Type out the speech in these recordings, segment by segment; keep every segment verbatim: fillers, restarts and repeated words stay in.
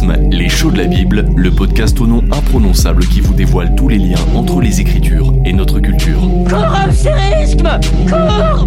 Prisme, les shows de la Bible, le podcast au nom imprononçable qui vous dévoile tous les liens entre les Écritures et notre culture. Cours, astérisque, cours!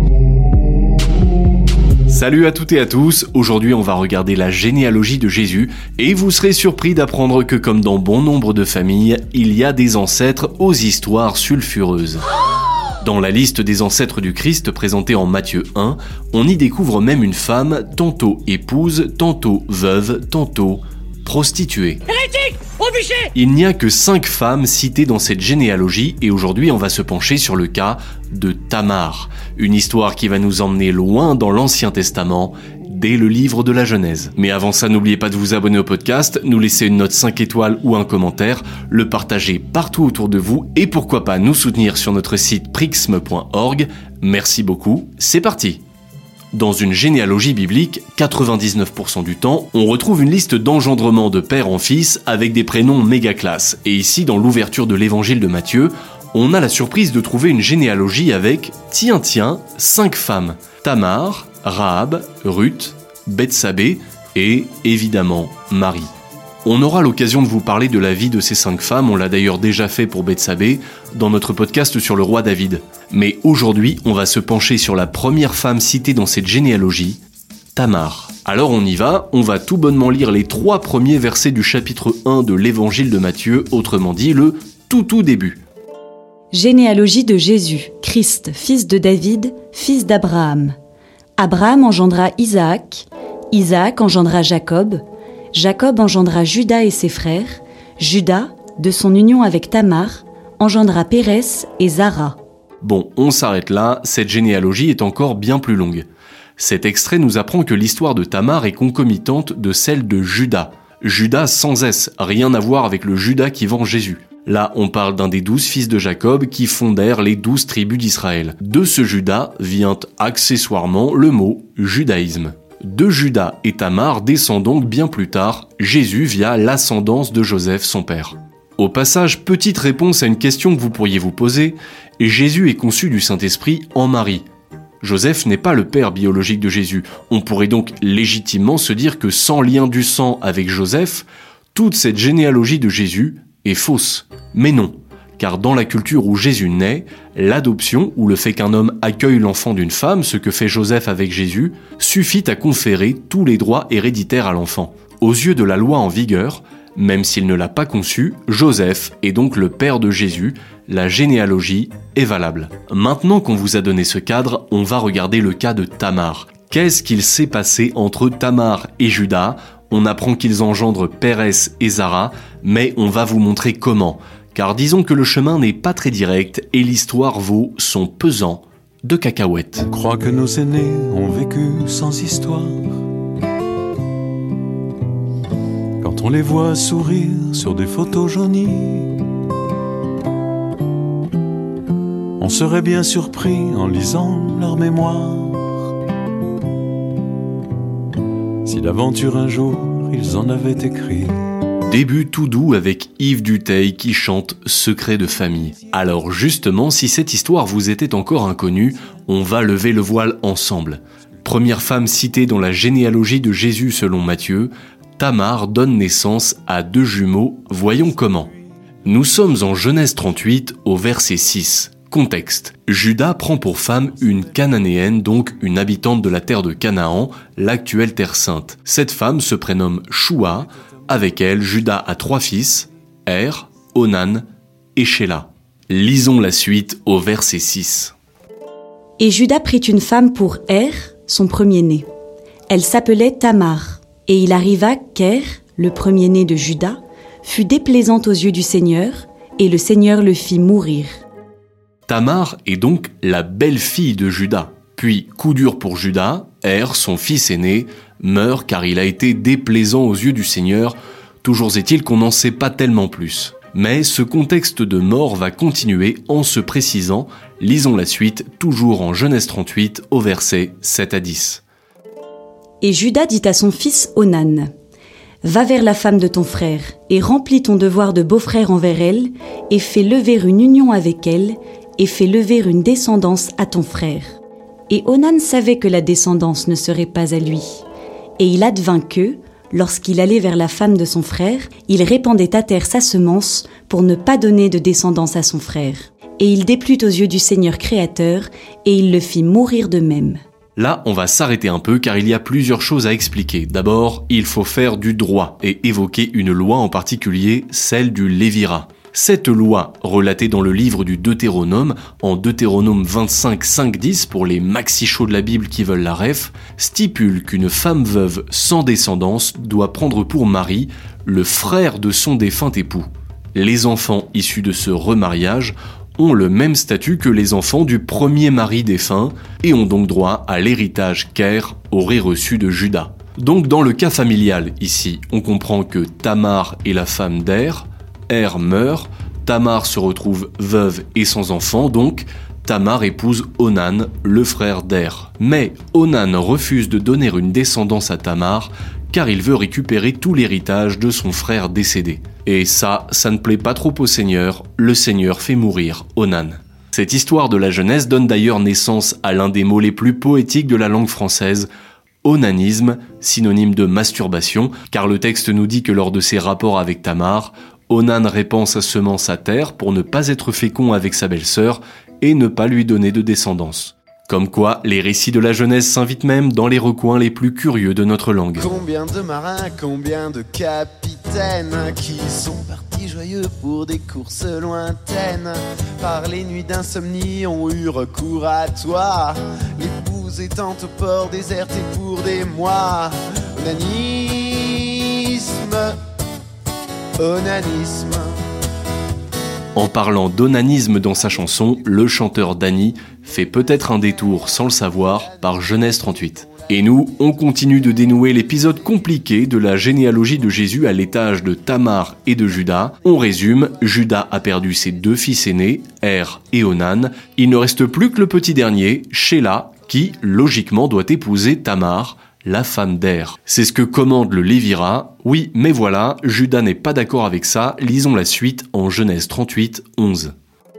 Salut à toutes et à tous, aujourd'hui on va regarder la généalogie de Jésus et vous serez surpris d'apprendre que comme dans bon nombre de familles, il y a des ancêtres aux histoires sulfureuses. Dans la liste des ancêtres du Christ présentée en Matthieu un, on y découvre même une femme tantôt épouse, tantôt veuve, tantôt prostituée. Hérétique! Au bûcher! Il n'y a que cinq femmes citées dans cette généalogie et aujourd'hui on va se pencher sur le cas de Tamar, une histoire qui va nous emmener loin dans l'Ancien Testament, dès le livre de la Genèse. Mais avant ça, n'oubliez pas de vous abonner au podcast, nous laisser une note cinq étoiles ou un commentaire, le partager partout autour de vous et pourquoi pas nous soutenir sur notre site prixme point org. Merci beaucoup, c'est parti! Dans une généalogie biblique, quatre-vingt-dix-neuf pour cent du temps, on retrouve une liste d'engendrement de père en fils avec des prénoms méga classe. Et ici, dans l'ouverture de l'évangile de Matthieu, on a la surprise de trouver une généalogie avec, tiens tiens, cinq femmes. Tamar, Rahab, Ruth, Bethsabée et, évidemment, Marie. On aura l'occasion de vous parler de la vie de ces cinq femmes, on l'a d'ailleurs déjà fait pour Bethsabée, dans notre podcast sur le roi David. Mais aujourd'hui, on va se pencher sur la première femme citée dans cette généalogie, Tamar. Alors on y va, on va tout bonnement lire les trois premiers versets du chapitre un de l'évangile de Matthieu, autrement dit le tout tout début. Généalogie de Jésus, Christ, fils de David, fils d'Abraham. Abraham engendra Isaac, Isaac engendra Jacob, Jacob engendra Juda et ses frères, Juda, de son union avec Tamar, engendra Pérès et Zara. Bon, on s'arrête là, cette généalogie est encore bien plus longue. Cet extrait nous apprend que l'histoire de Tamar est concomitante de celle de Juda. Juda sans S, rien à voir avec le Judas qui vend Jésus. Là, on parle d'un des douze fils de Jacob qui fondèrent les douze tribus d'Israël. De ce Judas vient accessoirement le mot judaïsme. De Juda et Tamar descend donc bien plus tard Jésus via l'ascendance de Joseph son père. Au passage, petite réponse à une question que vous pourriez vous poser, Jésus est conçu du Saint-Esprit en Marie. Joseph n'est pas le père biologique de Jésus. On pourrait donc légitimement se dire que sans lien du sang avec Joseph, toute cette généalogie de Jésus est fausse. Mais non, car dans la culture où Jésus naît, l'adoption, ou le fait qu'un homme accueille l'enfant d'une femme, ce que fait Joseph avec Jésus, suffit à conférer tous les droits héréditaires à l'enfant. Aux yeux de la loi en vigueur, même s'il ne l'a pas conçu, Joseph est donc le père de Jésus, la généalogie est valable. Maintenant qu'on vous a donné ce cadre, on va regarder le cas de Tamar. Qu'est-ce qu'il s'est passé entre Tamar et Juda ? On apprend qu'ils engendrent Pérès et Zara, mais on va vous montrer comment. Car disons que le chemin n'est pas très direct et l'histoire vaut son pesant de cacahuètes. On croit que nos aînés ont vécu sans histoire. Quand on les voit sourire sur des photos jaunies, on serait bien surpris en lisant leur mémoire. Si l'aventure un jour ils en avaient écrit. Début tout doux avec Yves Duteil qui chante Secret de famille. Alors justement, si cette histoire vous était encore inconnue, on va lever le voile ensemble. Première femme citée dans la généalogie de Jésus selon Matthieu, Tamar donne naissance à deux jumeaux, voyons comment. Nous sommes en Genèse trente-huit au verset six. Contexte. Juda prend pour femme une cananéenne, donc une habitante de la terre de Canaan, l'actuelle terre sainte. Cette femme se prénomme Choua. Avec elle, Juda a trois fils, Er, Onan et Shéla. Lisons la suite au verset six. Et Juda prit une femme pour Er, son premier-né. Elle s'appelait Tamar. Et il arriva qu'Er, le premier-né de Juda, fut déplaisante aux yeux du Seigneur, et le Seigneur le fit mourir. Tamar est donc la belle-fille de Juda. Puis, coup dur pour Juda, Er, son fils aîné, meurt car il a été déplaisant aux yeux du Seigneur. Toujours est-il qu'on n'en sait pas tellement plus. Mais ce contexte de mort va continuer en se précisant. Lisons la suite, toujours en Genèse trente-huit, au verset sept à dix. Et Juda dit à son fils Onan, « Va vers la femme de ton frère, et remplis ton devoir de beau-frère envers elle, et fais lever une union avec elle, et fais lever une descendance à ton frère. » Et Onan savait que la descendance ne serait pas à lui. Et il advint que, Lorsqu'il allait vers la femme de son frère, il répandait à terre sa semence pour ne pas donner de descendance à son frère. Et il déplut aux yeux du Seigneur créateur, et il le fit mourir de même. Là, on va s'arrêter un peu car il y a plusieurs choses à expliquer. D'abord, il faut faire du droit et évoquer une loi en particulier, celle du Lévirat. Cette loi, relatée dans le livre du Deutéronome, en Deutéronome vingt-cinq, cinq, dix, pour les maxi chauds de la Bible qui veulent la ref, stipule qu'une femme veuve sans descendance doit prendre pour mari le frère de son défunt époux. Les enfants issus de ce remariage ont le même statut que les enfants du premier mari défunt et ont donc droit à l'héritage qu'Er aurait reçu de Juda. Donc dans le cas familial, ici, on comprend que Tamar est la femme d'Er, Er meurt, Tamar se retrouve veuve et sans enfant, donc Tamar épouse Onan, le frère d'Er. Mais Onan refuse de donner une descendance à Tamar car il veut récupérer tout l'héritage de son frère décédé. Et ça, ça ne plaît pas trop au Seigneur, le Seigneur fait mourir Onan. Cette histoire de la Genèse donne d'ailleurs naissance à l'un des mots les plus poétiques de la langue française, onanisme, synonyme de masturbation, car le texte nous dit que lors de ses rapports avec Tamar, Onan répand sa semence à terre pour ne pas être fécond avec sa belle-sœur et ne pas lui donner de descendance. Comme quoi, les récits de la Genèse s'invitent même dans les recoins les plus curieux de notre langue. Combien de marins, combien de capitaines qui sont partis joyeux pour des courses lointaines. Par les nuits d'insomnie ont eu recours à toi, l'épouse étant au port déserté pour des mois. Onanisme, onanisme. En parlant d'onanisme dans sa chanson, le chanteur Dany fait peut-être un détour sans le savoir par Genèse trente-huit. Et nous, on continue de dénouer l'épisode compliqué de la généalogie de Jésus à l'étage de Tamar et de Juda. On résume, Juda a perdu ses deux fils aînés, Er et Onan. Il ne reste plus que le petit dernier, Shéla, qui, logiquement, doit épouser Tamar, la femme d'Er. C'est ce que commande le Lévirat. Oui, mais voilà, Juda n'est pas d'accord avec ça. Lisons la suite en Genèse trente-huit, onze.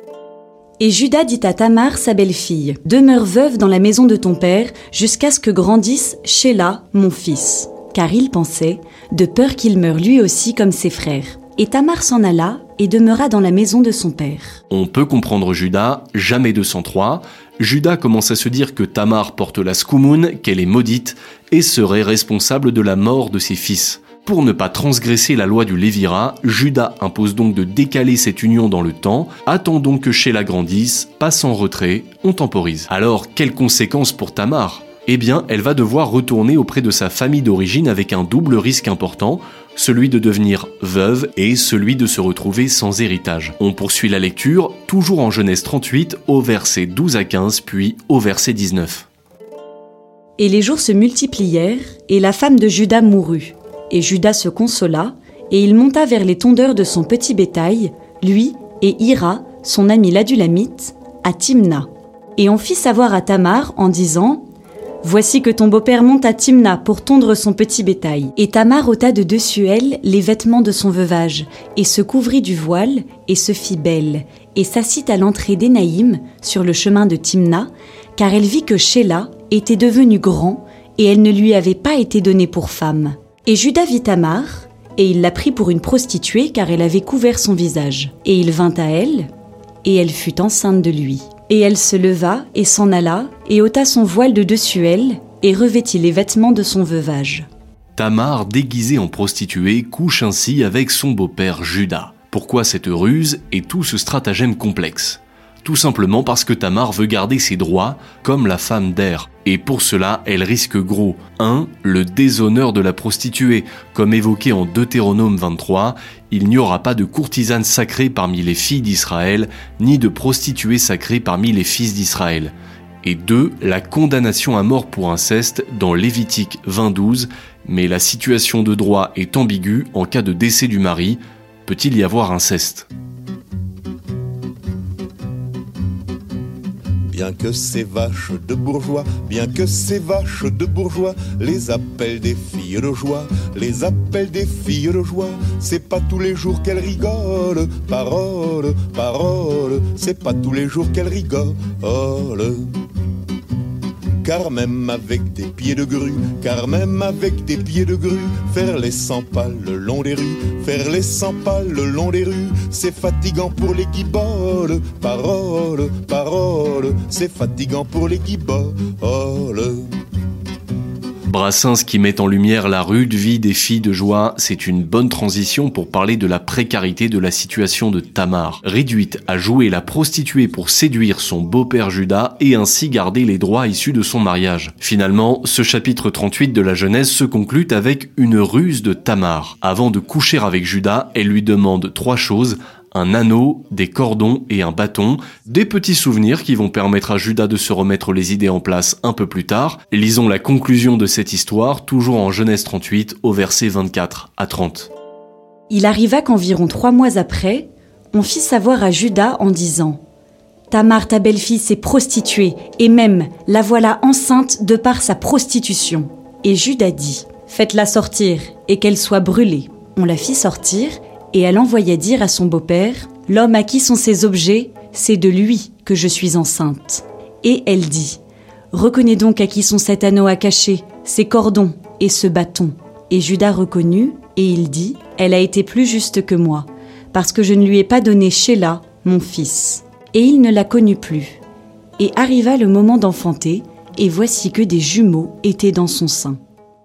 Et Juda dit à Tamar, sa belle-fille, « Demeure veuve dans la maison de ton père, jusqu'à ce que grandisse Shéla, mon fils. » Car il pensait, de peur qu'il meure lui aussi comme ses frères. Et Tamar s'en alla et demeura dans la maison de son père. On peut comprendre Juda, jamais deux cent trois. Juda commence à se dire que Tamar porte la scoumoune, qu'elle est maudite, et serait responsable de la mort de ses fils. Pour ne pas transgresser la loi du Lévirat, Juda impose donc de décaler cette union dans le temps, attendons que Shéla grandisse, passe en retrait, on temporise. Alors, quelles conséquences pour Tamar ? Eh bien, elle va devoir retourner auprès de sa famille d'origine avec un double risque important, celui de devenir veuve et celui de se retrouver sans héritage. On poursuit la lecture, toujours en Genèse trente-huit, au verset douze à quinze, puis au verset dix-neuf. Et les jours se multiplièrent, et la femme de Juda mourut. Et Juda se consola, et il monta vers les tondeurs de son petit bétail, lui et Hira, son ami l'Adulamite, à Timna. Et on fit savoir à Tamar en disant « Voici que ton beau-père monte à Timna pour tondre son petit bétail. » Et Tamar ôta de dessus elle les vêtements de son veuvage, et se couvrit du voile, et se fit belle, et s'assit à l'entrée d'Énaïm, sur le chemin de Timna, car elle vit que Shéla était devenu grand, et elle ne lui avait pas été donnée pour femme. Et Juda vit Tamar, et il la prit pour une prostituée, car elle avait couvert son visage. Et il vint à elle, et elle fut enceinte de lui. Et elle se leva, et s'en alla, et ôta son voile de dessus elle, et revêtit les vêtements de son veuvage. Tamar, déguisée en prostituée, couche ainsi avec son beau-père Juda. Pourquoi cette ruse et tout ce stratagème complexe ? Tout simplement parce que Tamar veut garder ses droits comme la femme d'Er. Et pour cela, elle risque gros. un. Le déshonneur de la prostituée. Comme évoqué en Deutéronome vingt-trois, il n'y aura pas de courtisane sacrée parmi les filles d'Israël, ni de prostituée sacrée parmi les fils d'Israël. Et deux. La condamnation à mort pour inceste dans Lévitique vingt douze, mais la situation de droit est ambiguë en cas de décès du mari. Peut-il y avoir inceste ? Bien que ces vaches de bourgeois, bien que ces vaches de bourgeois, les appellent des filles de joie, les appellent des filles de joie, c'est pas tous les jours qu'elles rigolent, parole, parole, c'est pas tous les jours qu'elles rigolent. car même avec des pieds de grue, car même avec des pieds de grue, faire les cent pas le long des rues, faire les cent pas le long des rues, c'est fatigant pour les guiboles, parole, parole, c'est fatigant pour les guiboles. Brassens qui met en lumière la rude vie des filles de joie, c'est une bonne transition pour parler de la précarité de la situation de Tamar, réduite à jouer la prostituée pour séduire son beau-père Juda et ainsi garder les droits issus de son mariage. Finalement, ce chapitre trente-huit de la Genèse se conclut avec une ruse de Tamar. Avant de coucher avec Juda, elle lui demande trois choses: un anneau, des cordons et un bâton, des petits souvenirs qui vont permettre à Juda de se remettre les idées en place un peu plus tard. Lisons la conclusion de cette histoire, toujours en Genèse trente-huit, au verset vingt-quatre à trente. Il arriva qu'environ trois mois après, on fit savoir à Juda en disant « Tamar, ta belle-fille, s'est prostituée, et même la voilà enceinte de par sa prostitution. » Et Juda dit « Faites-la sortir, et qu'elle soit brûlée. » On la fit sortir, et elle envoya dire à son beau-père « L'homme à qui sont ces objets, c'est de lui que je suis enceinte. » Et elle dit « Reconnais donc à qui sont cet anneau à cacher, ces cordons et ce bâton. » Et Juda reconnut, et il dit « Elle a été plus juste que moi, parce que je ne lui ai pas donné Shéla, mon fils. » Et il ne la connut plus. Et arriva le moment d'enfanter, et voici que des jumeaux étaient dans son sein.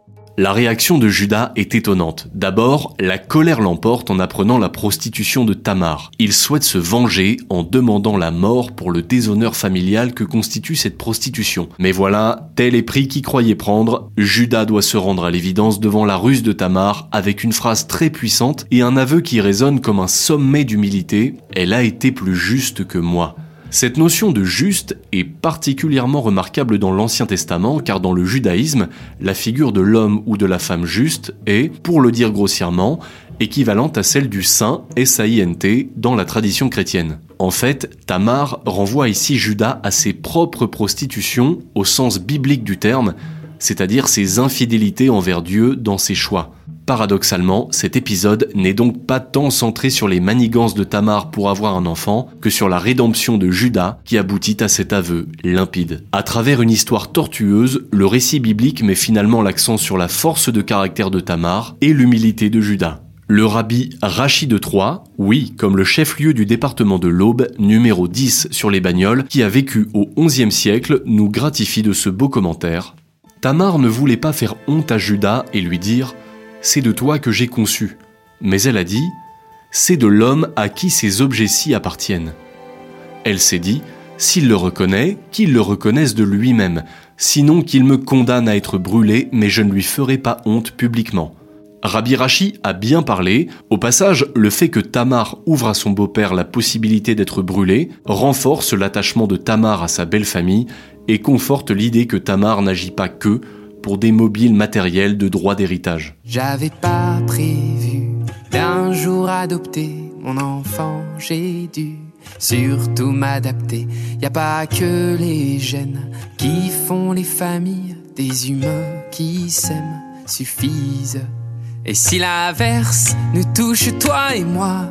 La réaction de Juda est étonnante. D'abord, la colère l'emporte en apprenant la prostitution de Tamar. Il souhaite se venger en demandant la mort pour le déshonneur familial que constitue cette prostitution. Mais voilà, tel est pris qu'il croyait prendre. Juda doit se rendre à l'évidence devant la ruse de Tamar avec une phrase très puissante et un aveu qui résonne comme un sommet d'humilité. « Elle a été plus juste que moi ». Cette notion de juste est particulièrement remarquable dans l'Ancien Testament car dans le judaïsme, la figure de l'homme ou de la femme juste est, pour le dire grossièrement, équivalente à celle du saint, S A I N T, dans la tradition chrétienne. En fait, Tamar renvoie ici Juda à ses propres prostitutions au sens biblique du terme, c'est-à-dire ses infidélités envers Dieu dans ses choix. Paradoxalement, cet épisode n'est donc pas tant centré sur les manigances de Tamar pour avoir un enfant que sur la rédemption de Juda qui aboutit à cet aveu limpide. À travers une histoire tortueuse, le récit biblique met finalement l'accent sur la force de caractère de Tamar et l'humilité de Juda. Le rabbi Rachi de Troyes, oui, comme le chef-lieu du département de l'Aube, numéro dix sur les Bagnols, qui a vécu au onzième siècle, nous gratifie de ce beau commentaire. Tamar ne voulait pas faire honte à Juda et lui dire « C'est de toi que j'ai conçu », mais elle a dit « C'est de l'homme à qui ces objets-ci appartiennent ». Elle s'est dit « S'il le reconnaît, qu'il le reconnaisse de lui-même, sinon qu'il me condamne à être brûlé, mais je ne lui ferai pas honte publiquement ». Rabbi Rachi a bien parlé. Au passage, le fait que Tamar ouvre à son beau-père la possibilité d'être brûlé renforce l'attachement de Tamar à sa belle famille et conforte l'idée que Tamar n'agit pas que pour des mobiles matériels de droit d'héritage. J'avais pas prévu d'un jour adopter mon enfant, j'ai dû surtout m'adapter. Y a pas que les gènes qui font les familles, des humains qui s'aiment suffisent. Et si l'averse nous touche, toi et moi,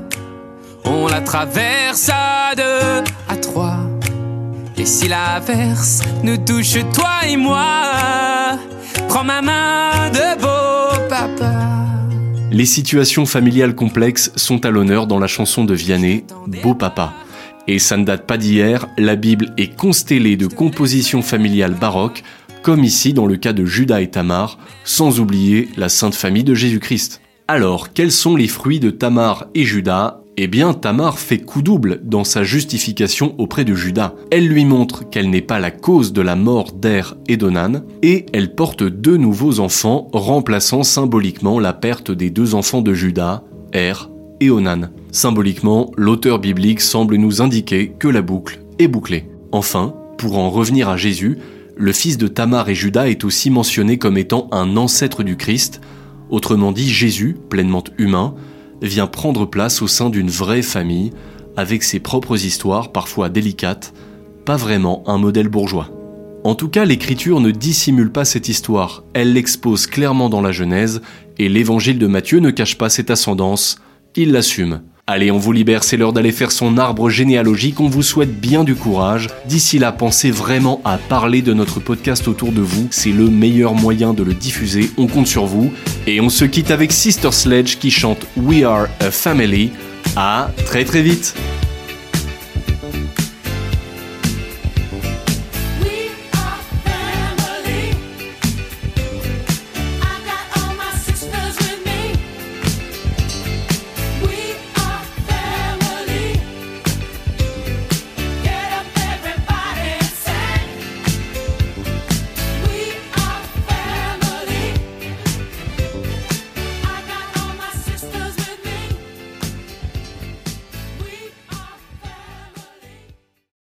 on la traverse à deux, à trois. Et si l'averse nous touche, toi et moi, prends ma main de beau papa. Les situations familiales complexes sont à l'honneur dans la chanson de Vianney, Beau Papa. Et ça ne date pas d'hier, la Bible est constellée de compositions familiales baroques, comme ici dans le cas de Juda et Tamar, sans oublier la Sainte Famille de Jésus-Christ. Alors, quels sont les fruits de Tamar et Juda ? Eh bien, Tamar fait coup double dans sa justification auprès de Juda. Elle lui montre qu'elle n'est pas la cause de la mort d'Er et d'Onan, et elle porte deux nouveaux enfants, remplaçant symboliquement la perte des deux enfants de Juda, Er et Onan. Symboliquement, l'auteur biblique semble nous indiquer que la boucle est bouclée. Enfin, pour en revenir à Jésus, le fils de Tamar et Juda est aussi mentionné comme étant un ancêtre du Christ. Autrement dit, Jésus, pleinement humain, vient prendre place au sein d'une vraie famille, avec ses propres histoires parfois délicates, pas vraiment un modèle bourgeois. En tout cas, l'Écriture ne dissimule pas cette histoire, elle l'expose clairement dans la Genèse, et l'Évangile de Matthieu ne cache pas cette ascendance, il l'assume. Allez, on vous libère, c'est l'heure d'aller faire son arbre généalogique, on vous souhaite bien du courage. D'ici là, pensez vraiment à parler de notre podcast autour de vous, c'est le meilleur moyen de le diffuser, on compte sur vous. Et on se quitte avec Sister Sledge qui chante We Are a Family. À très très vite.